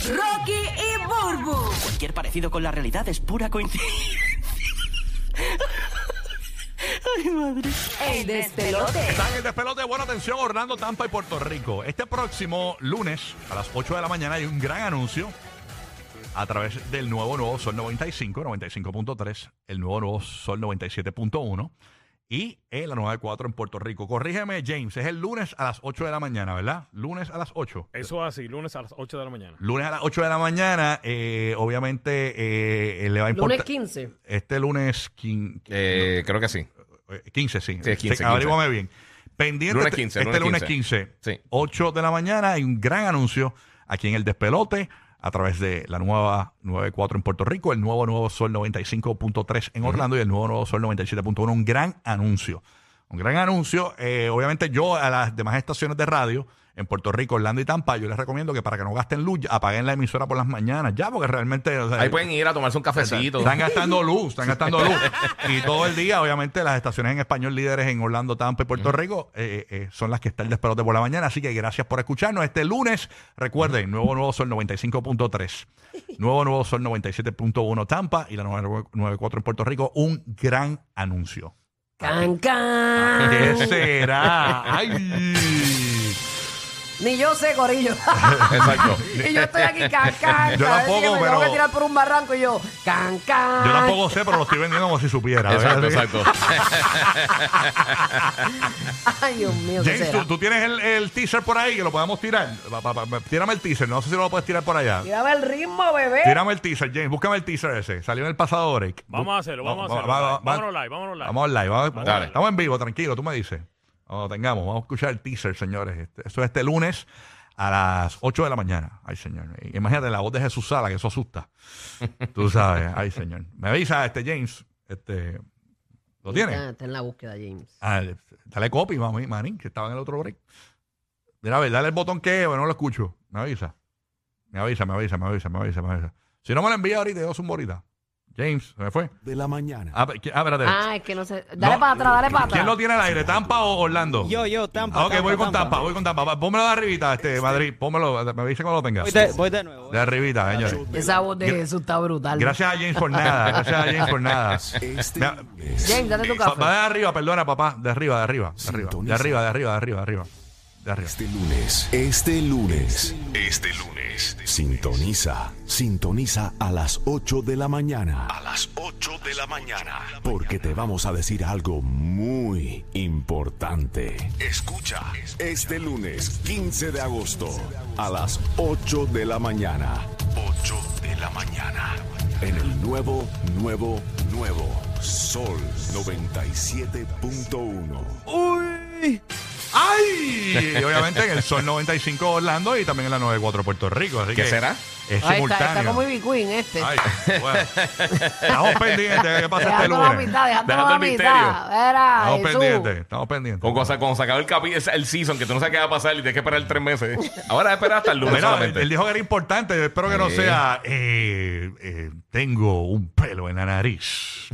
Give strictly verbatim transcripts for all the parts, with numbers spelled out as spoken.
Rocky y Burbu. Cualquier parecido con la realidad es pura coincidencia. Ay, madre. El despelote. Están en el despelote. Buena atención, Orlando, Tampa y Puerto Rico. Este próximo lunes a las ocho de la mañana hay un gran anuncio a través del nuevo Nuevo Sol noventa y cinco, noventa y cinco punto tres, el nuevo Nuevo Sol noventa y siete punto uno y en la noventa y cuatro en Puerto Rico. Corrígeme, James, es el lunes a las ocho de la mañana, ¿verdad? Lunes a las ocho. Eso es así, lunes a las ocho de la mañana. Lunes a las ocho de la mañana, eh, obviamente eh, le va a importar. Lunes quince. Este lunes quin- Eh, creo que sí. quince, sí. Sí, es quince, Averígame bien. Pendiente Lunes este- quince, este, lunes lunes quince, Sí. ocho de la mañana, hay un gran anuncio aquí en el despelote a través de la nueva noventa y cuatro en Puerto Rico, el nuevo Nuevo Sol noventa y cinco punto tres en Orlando y el nuevo Nuevo Sol noventa y siete punto uno. Un gran anuncio. Un gran anuncio. Eh, obviamente yo a las demás estaciones de radio en Puerto Rico, Orlando y Tampa, yo les recomiendo que para que no gasten luz, apaguen la emisora por las mañanas ya, porque realmente... O sea, Ahí pueden ir a tomarse un cafecito. están gastando luz, están gastando luz. Y todo el día, obviamente, las estaciones en español líderes en Orlando, Tampa y Puerto Rico eh, eh, son las que está el despelote por la mañana. Así que gracias por escucharnos. Este lunes, recuerden, nuevo Nuevo Sol noventa y cinco punto tres, nuevo Nuevo Sol noventa y siete punto uno Tampa y la noventa y cuatro en Puerto Rico. Un gran anuncio. Can, can. ¿Qué será? ¡Ay! Ni yo sé, Corillo. Exacto. Y yo estoy aquí, can, can. Yo cada vez tampoco, que me pero- tengo que tirar por un barranco y yo, can, can. Yo tampoco sé, pero lo estoy vendiendo como si supiera. Exacto, ¿verdad? exacto. Ay, Dios mío, ¿qué James, será? ¿tú, tú tienes el, el teaser por ahí que lo podemos tirar. Pa- pa- pa- tírame el teaser, no sé si lo puedes tirar por allá. Tírame el ritmo, bebé. Tírame el teaser, James. Búscame el teaser ese. Salió en el pasado break. Vamos a hacerlo, vamos a hacerlo. Va- va- va- Vámonos live, vámonos live. Vamos live. Vamos, Dale. Estamos en vivo, tranquilo, tú me dices. Cuando tengamos, vamos a escuchar el teaser, señores. Este- eso es este lunes a las ocho de la mañana. Ay, señor. Imagínate la voz de Jesús Sala, que eso asusta. Tú sabes. Ay, señor. Me avisa, este James. Este, ¿Lo tiene? Está, está en la búsqueda, James. Ah, dale copy, mami, manín, que estaba en el otro break. Mira, a ver, dale el botón que no lo escucho. Me avisa. Me avisa, me avisa, me avisa, me avisa, me avisa. Si no me lo envía ahorita, yo soy un borita. James, ¿se me fue? De la mañana. Ah, ¿qui- ah, espérate. Ah, es que no sé. Dale No, para atrás, dale para ¿Quién atrás. lo tiene al aire? ¿Tampa o Orlando? Yo, yo, Tampa. Ah, ok, Tampa, voy con Tampa, voy con Tampa. Va, Pónmelo de arribita, este, Madrid. Pónmelo, me avisa cuando lo tengas. Voy de, voy de nuevo. De arribita, señores. Esa voz de Gra- Jesús está brutal. Gracias a James por nada. Gracias a James por nada. Este Mira, lunes, James, date tu Va café. va de arriba, perdona, papá. De arriba, de arriba. De arriba, de Sintoniza. arriba, de arriba, de arriba, de arriba. De arriba. este lunes, este lunes, este lunes, sintoniza, sintoniza a las ocho de la mañana. A las ocho de la mañana. Porque te vamos a decir algo muy importante. Escucha, este lunes, quince de agosto, a las ocho de la mañana. ocho de la mañana. En el nuevo, nuevo, nuevo Sol noventa y siete punto uno. ¡Uy! ¡Ay! Y obviamente en el Sol noventa y cinco Orlando y también en la noventa y cuatro Puerto Rico. Así ¿Qué que será? Es Ay, está, simultáneo. está como Ivy Queen este. Ay, bueno. Estamos pendientes de qué pasa este Dejando la lunes. mitad, dejando Dejando la el mitad. misterio. Era, Estamos Jesús. pendientes, estamos pendientes. Con cosa, cuando se acabe el, capi, el season, que tú no sabes qué va a pasar y tienes que esperar tres meses. Ahora espera hasta el lunes Mira, él, solamente. él dijo que era importante. Yo espero que no Sí. sea eh, eh, tengo un pelo en la nariz.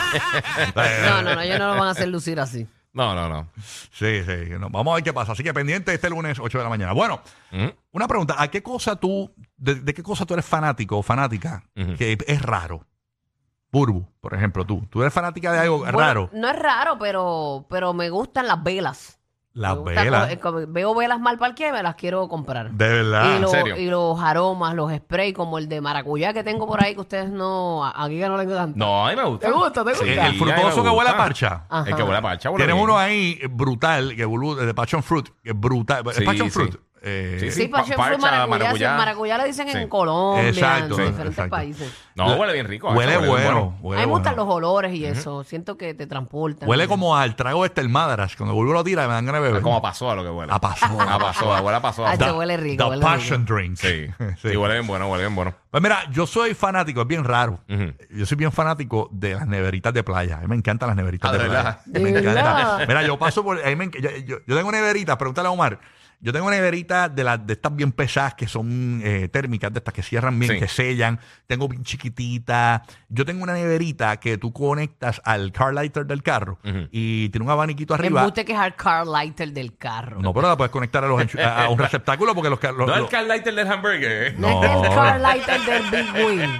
No, no, no, ellos no lo van a hacer lucir así. No, no, no. Sí, sí. no, vamos a ver qué pasa. Así que pendiente este lunes, ocho de la mañana. Bueno, Ujú. una pregunta. ¿A qué cosa tú, de, de qué cosa tú eres fanático o fanática Ujú. que es raro? Burbu, por ejemplo, tú. ¿Tú eres fanática de algo Bueno, raro? No es raro, pero, pero me gustan las velas. Las Me gusta velas. co- eh, co- veo velas mal parqueadas y me las quiero comprar. De verdad. y, lo- serio? y los aromas, los sprays, como el de maracuyá que tengo por ahí, que ustedes no. a- Aquí que no le encantan. No, a mí me gusta. ¿Te gusta? ¿Te gusta? Sí, El a mí me frutoso que gusta. huele a parcha. Ajá. El que huele a parcha. huele Tienes bien. uno ahí brutal, que bulu- de Passion Fruit, que es brutal. ¿Es Sí, Passion sí. Fruit? Eh, Sí, Sí, sí. passion pa- fruit, parcha, maracuyá. maracuyá. sí, maracuyá le dicen Sí. en Colombia, Exacto, en diferentes exacto. países. No, huele bien rico. Huele eso, bien bueno. Huele a mí me gustan bueno. los olores y eso. Siento que te transportan. Huele como al trago este, el Madras. Cuando vuelvo lo tira, me dan ganas de beber. Como a pasó a lo que huele. A pasó. A pasó, huele a pasó. Ay, The- se huele rico, The huele Passion Drink. Sí. Sí. sí, huele bien bueno, huele bien bueno. Pues mira, yo soy fanático, es bien raro. Ujú. Yo soy bien fanático de las neveritas de playa. A mí me encantan las neveritas Ah, de ¿de playa. verdad? Me ¿De encanta. verdad? Mira, yo paso por. a mí me enc- yo, yo- yo tengo neveritas, pregúntale a Omar. Yo tengo una neverita de las de estas bien pesadas que son eh, térmicas, de estas que cierran bien, Sí. que sellan. Tengo bien chiquitita. Yo tengo una neverita que tú conectas al car lighter del carro Ujú. y tiene un abaniquito arriba. Embuste que es el car lighter del carro. No, pero la puedes conectar a, los enchu- a, a un receptáculo porque los carros. No es el Carl Lighter del hamburger. ¿eh? No es No. el car lighter del Big Wheel.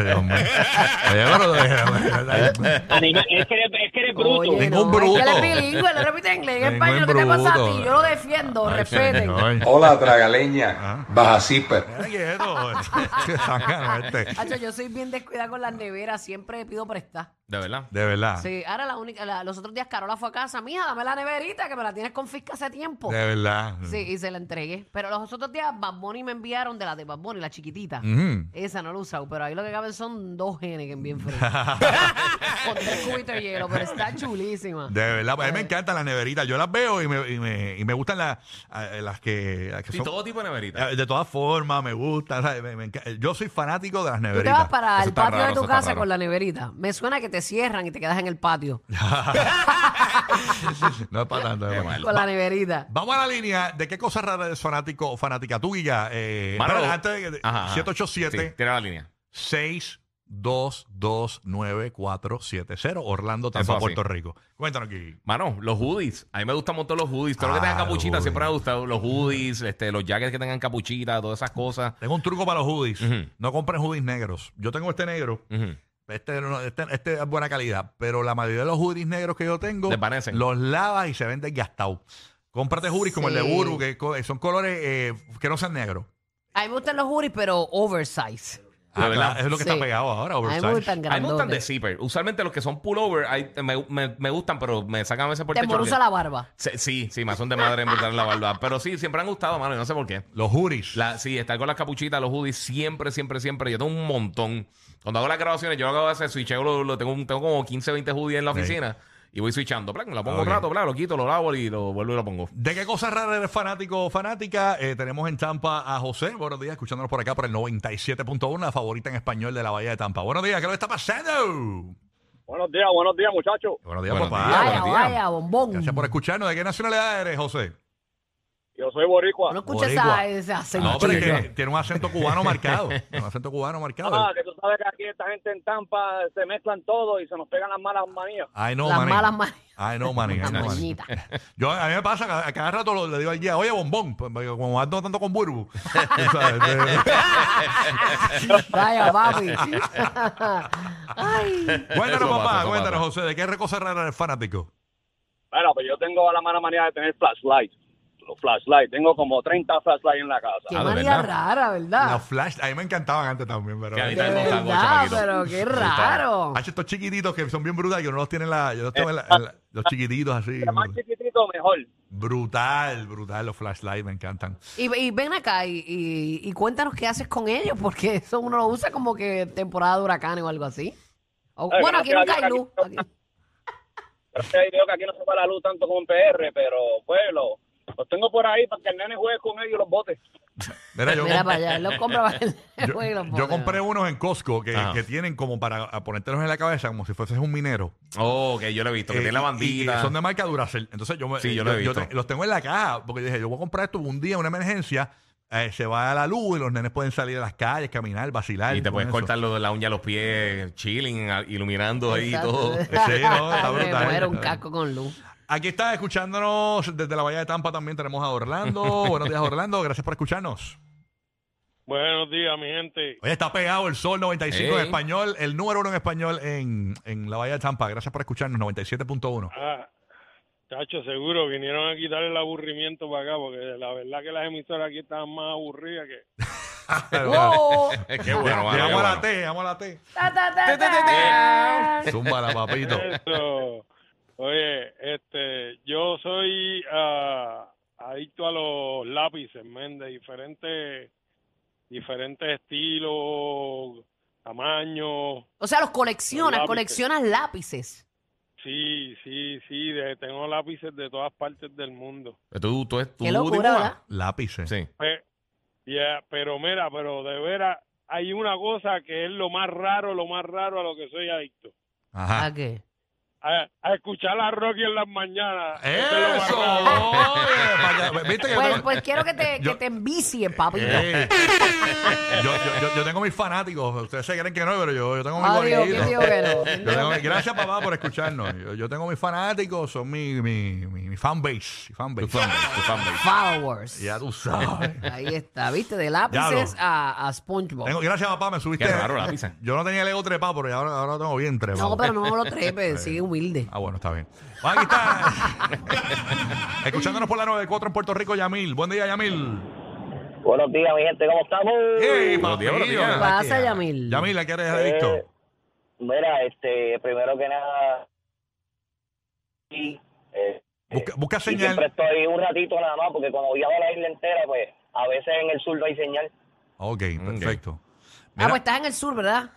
Anima, es que eres, es que eres bruto. Oye, Ningún no, bruto. es que él es bilingüe, le repite en inglés, en Ningún español. ¿Qué te pasa a bruto. ti? Yo lo defiendo, respeten. Señor. Hola, tragaleña. Baja zipper. Mira quieto. Qué zángano este. Hacho, yo soy bien descuidada con las neveras, siempre pido prestar. De verdad. De verdad. Sí, ahora la única, la- los otros días Carola fue a casa, mija, dame la neverita que me la tienes confisca hace tiempo. De verdad. Sí, y se la entregué. Pero los otros días Bad Bunny me enviaron de la de Bad Bunny, la chiquitita. Ujú. Esa no la he usado, pero ahí lo que caben son dos genes que bien fríos. Con tres cubitos de hielo, pero está chulísima. De verdad, pues a mí me encantan las neveritas. Yo las veo y me, y me, y me gustan las, eh, las que, las que Sí, son. todo tipo de neverita. eh, De todas formas, me gustan. ¿sabes? Me- me enca- yo soy fanático de las Tú te neveritas. vas para Eso el está patio raro, de tu eso está casa raro. con la neverita. Me suena que te cierran y te quedas en el patio No es para tanto. Qué es mal. con la neverita. Vamos a la línea de qué cosa rara eres fanático o fanática tú, Guilla. Eh, Mano, espera, antes de que- Ajá, ajá. siete ocho Sí, siete, tira la línea. seis dos dos nueve cuatro siete cero Orlando, Eso Tampa, así. Puerto Rico. Cuéntanos aquí. Mano, los hoodies. A mí me gustan mucho los hoodies. Todo lo que Ah, tenga capuchita los siempre me ha hoodies. gustado. Los hoodies, este, los jackets que tengan capuchita, todas esas cosas. Tengo un truco para los hoodies. Ujú. No compren hoodies negros. Yo tengo este negro. Ujú. Este, no- este, este es buena calidad, pero la mayoría de los hoodies negros que yo tengo Desvanecen. los lavas y se ven desgastados. Cómprate hoodies como el de Sí. Buru, que co- son colores eh, que no sean negros. A mí me gustan los juris, pero oversize. Ah, verdad. claro, es lo que Sí. está pegado ahora, A mí me oversize. gustan A mí me gustan de grandotes. zipper. Usualmente los que son pullover hay- me, me, me gustan, pero me sacan a veces por Te techo. morusa porque- la barba. Sí, sí, sí, me son de madre en verdad la barba. Pero sí, siempre han gustado, mano, y no sé por qué. Los hoodies. La, sí, estar con las capuchitas, los hoodies, siempre, siempre, siempre. Yo tengo un montón. Cuando hago las grabaciones, yo hago a veces switcheo, lo, lo tengo, un- tengo como quince, veinte hoodies en la Sí. oficina y voy switchando. Plan, la pongo Ok. un rato, plan, lo quito, lo lavo y lo vuelvo y lo pongo. ¿De qué cosa rara eres fanático o fanática? Eh, tenemos en Tampa a José. Buenos días, escuchándonos por acá por el noventa y siete punto uno, la favorita en español de la Bahía de Tampa. Buenos días, ¿qué es lo que está pasando? Buenos días, buenos días, muchachos. Buenos días, Buenos papá. días. Vaya, buenos días. vaya, bombón. Gracias por escucharnos. ¿De qué nacionalidad eres, José? Yo soy boricua. No escucha Boricua. esa, ese acento. No, pero es chico. que tiene un acento cubano marcado. Un acento cubano marcado. Ah, que tú sabes que aquí esta gente en Tampa se mezclan todo y se nos pegan las malas manías. Ay, no, Las maní. malas manías. Ay, no, maní. Las Ay, no, maní. mañitas. Yo, a mí me pasa que a cada rato lo- le digo al guía, oye, bombón, pues, porque como ando tanto con Burbu. Tú sabes, eh, Vaya, papi. Ay. Cuéntanos, Eso papá, pasa, eso cuéntanos, pasa. José, ¿de qué cosa rara eres fanático? Bueno, pues yo tengo la mala manía de tener flashlight. Los flashlights. Tengo como treinta flashlights en la casa. Qué Ah, ¿de manía verdad? rara, ¿verdad? Los flash, a mí me encantaban antes también, pero... Que a mí De también me gustan con verdad, chamaquito. pero qué raro. Hay estos chiquititos que son bien brutales, que uno los tiene en la... Yo los tengo en la- en la- los chiquititos así. Entre más chiquitito, mejor. Brutal, brutal, los flashlights me encantan. Y, y ven acá y, y- y cuéntanos qué haces con ellos, porque eso uno lo usa como que temporada de huracanes o algo así. O- Ay, bueno, aquí gracias nunca a hay Dios luz. que aquí- Aquí- Pero que veo que aquí no se va la luz tanto como en P R, pero pues lo- los tengo por ahí para que el nene juegue con ellos y los bote. Mira, yo, Mira comp- para allá, él los compra para el yo- juego y los yo pone. compré unos en Costco que, Ajá. que tienen como para a ponértelos en la cabeza, como si fueses un minero. Oh, que yo lo he visto, que Eh, tiene la y- bandita. y son de marca Duracell. Entonces yo, me, Sí, yo lo he yo visto. te- los tengo en la caja porque dije, yo voy a comprar esto un día, una emergencia. eh, se va a la luz y los nenes pueden salir a las calles, caminar, vacilar. Y te con puedes eso. cortar lo de la uña a los pies, chilling, a- iluminando ahí y Exacto. todo. Sí, no, está Me brutal. muero un casco con luz. Aquí está escuchándonos desde la Bahía de Tampa también tenemos a Orlando. Buenos días, Orlando. Gracias por escucharnos. Buenos días, mi gente. Oye, está pegado el Sol noventa y cinco en Ey. español, el número uno en español en, en la Bahía de Tampa. Gracias por escucharnos, noventa y siete punto uno. Ah, chacho, seguro vinieron a quitar el aburrimiento para acá, porque la verdad que las emisoras aquí estaban más aburridas que... ¡Oh! Qué bueno, mano, qué Llegamos a la bueno. T, llegamos a la T. Ta, ta, ta, ta. Zúmbala, papito. Eso. Oye, este, yo soy ah, adicto a los lápices, men, de diferentes, diferentes estilos, tamaños. O sea, los coleccionas, Los lápices. coleccionas lápices. Sí, sí, sí, de, tengo lápices de todas partes del mundo. Tú, tú, tú Qué locura, dibujas. ¿verdad? Lápices. Sí. Pe- yeah, pero mira, pero de veras, hay una cosa que es lo más raro, lo más raro a lo que soy adicto. Ajá. ¿A qué? a, a escuchar a Rocky en las mañanas. Eso es lo más ¡Eso! raro. Oye, para allá. ¿Viste que yo Pues, tengo- pues quiero que te, Yo- que te envicie, papito. Eh, yo, yo, yo, yo tengo mis fanáticos. Ustedes se creen que no, pero yo, yo tengo mis Adiós, bonitos. ¿quién dijo que no? ¿Quién Yo dijo tengo- que no? gracias, papá, por escucharnos. Yo, yo tengo mis fanáticos, son mi, mi, mi, mi fanbase. Mi fanbase. Tu fanbase, tu fanbase. Followers. Ya tú sabes. Ahí está, ¿viste? De lápices Diablo. a, a SpongeBob. Tengo, gracias, papá, me subiste. Qué raro, la pizza. Yo no tenía el ego trepado, pero ya ahora, ahora lo tengo bien trepado. No, pero no me lo trepes, sigue humilde. Ah, bueno, está bien. Aquí está. Escuchándonos por la noventa y cuatro en Puerto Rico, Yamil. Buen día, Yamil. Buenos días, mi gente, ¿cómo estamos? Hey, Buenos días, buenos días. papillo, ¿Qué pasa, aquí, Yamil? Yamil, ¿a qué eres adicto? Eh, mira, este, primero que nada, y, eh, Busca, busca y señal. siempre estoy un ratito nada más, porque cuando viajo a la isla entera, pues, a veces en el sur no hay señal. Ok, perfecto. Ah, Mira- pues estás en el sur, ¿verdad?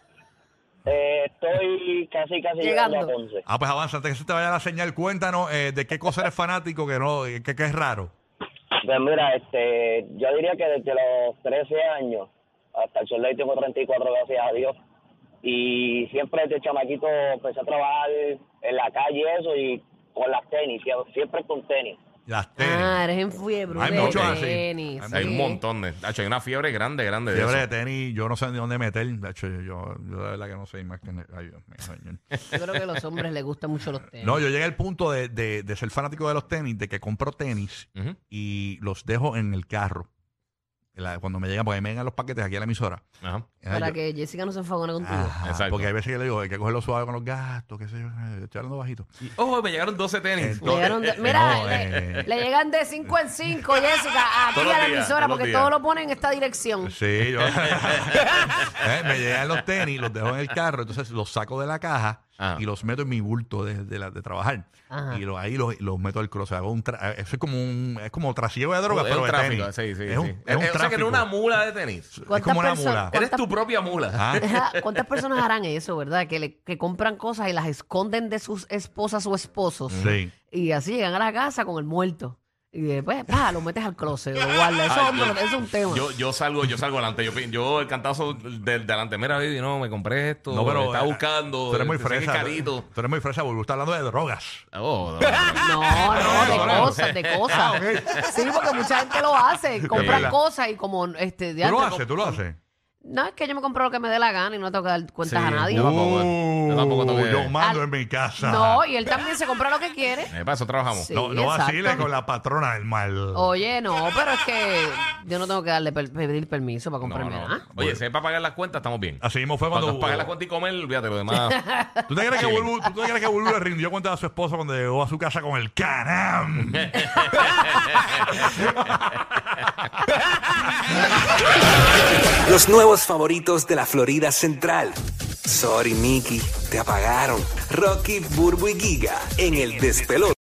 Eh, estoy casi, casi llegando, Llegando. a Ponce. Ah, pues avanza, antes que se te vaya la señal, cuéntanos eh, de qué cosa eres fanático que no, que, que es raro. Pues mira, este, yo diría que desde los trece años hasta el sol de hoy tengo treinta y cuatro, gracias a Dios. Y siempre desde chamaquito empecé a trabajar en la calle eso y con las tenis, sie- siempre con tenis. Las tenis. Ah, eres en fiebre Hay de muchos así. tenis. Hay Hay sí. un montón de. Hacho, hay una fiebre grande, grande de Fiebre eso. de tenis, yo no sé ni dónde meter. De hecho, yo, yo de verdad que no sé más que... Ay, Dios mío, señor. Yo creo que a los hombres les gustan mucho los tenis. No, yo llegué al punto de, de, de ser fanático de los tenis, de que compro tenis Ujú. y los dejo en el carro. La- cuando me llegan, porque me llegan los paquetes aquí a la emisora. Ajá. Para Yo- que Jessica no se enfadone contigo. Ajá, Exacto. porque hay veces que le digo, hay que cogerlo suave con los gastos, qué sé yo, eh, estoy hablando bajito. Oh, me llegaron doce tenis. Le llegaron de- eh, mira, no, le, eh. le llegan de cinco en cinco, Jessica, aquí Todos los a la días, emisora, todos los porque días. todo lo ponen en esta dirección. Sí, yo. Eh, me llegan los tenis, los dejo en el carro, entonces los saco de la caja Ah. y los meto en mi bulto de, de, la- de trabajar. Ajá. Y lo- ahí los, los meto al cross. Hago un tra- eso es como un es como trasiego de drogas, Es pero un de tráfico, tenis. sí, sí. es un, sí. es un Eh, o sea que tráfico. no es una mula de tenis. Es ¿Cuántas como una personas- mula. Eres ¿Cuántas- tu propia mula. Ah. Ajá, ¿cuántas personas harán eso, verdad? Que, le, que compran cosas y las esconden de sus esposas o esposos. Sí. Y así llegan a la casa con el muerto. Y después, pa, lo metes al closet, lo guardas. Eso, Ay, hombre, yo- eso es un tema. Yo, yo salgo, yo salgo adelante. Yo, yo el cantazo del delante. Mira, baby, no, me compré esto. No, pero estaba eh, buscando. Tú eres muy sé que es fresa. carito. Tú eres muy fresa, porque está hablando de drogas. Oh, no, no, no. No, no, de no, no. cosas, de cosas. Ah, ok. Sí, porque mucha gente lo hace. Compran verdad. cosas y como este Tú lo diantre, haces, tú lo haces. No, es que yo me compro lo que me dé la gana y no tengo que dar cuentas Sí, a nadie. yo tampoco. Yo tampoco tengo que- yo mando Al- en mi casa. No, y él también se compra lo que quiere. Eh, para eso trabajamos. Sí, no, no exacto. vacile con la patrona del mal. Oye, no, pero es que yo no tengo que darle per- pedir permiso para No, comprarme no. nada. Oye, si es para pagar las cuentas, estamos bien. Así mismo fue Cuando, cuando. pagues las cuentas y comer, olvídate lo demás. ¿Tú te crees que Chilling. Bulbu, ¿tú te crees que Bulbu le rindió cuenta a su esposa cuando llegó a su casa con el canam? Los nuevos favoritos de la Florida Central. Sorry, Mickey, te apagaron. Rocky, Burbu y Giga en el despelote.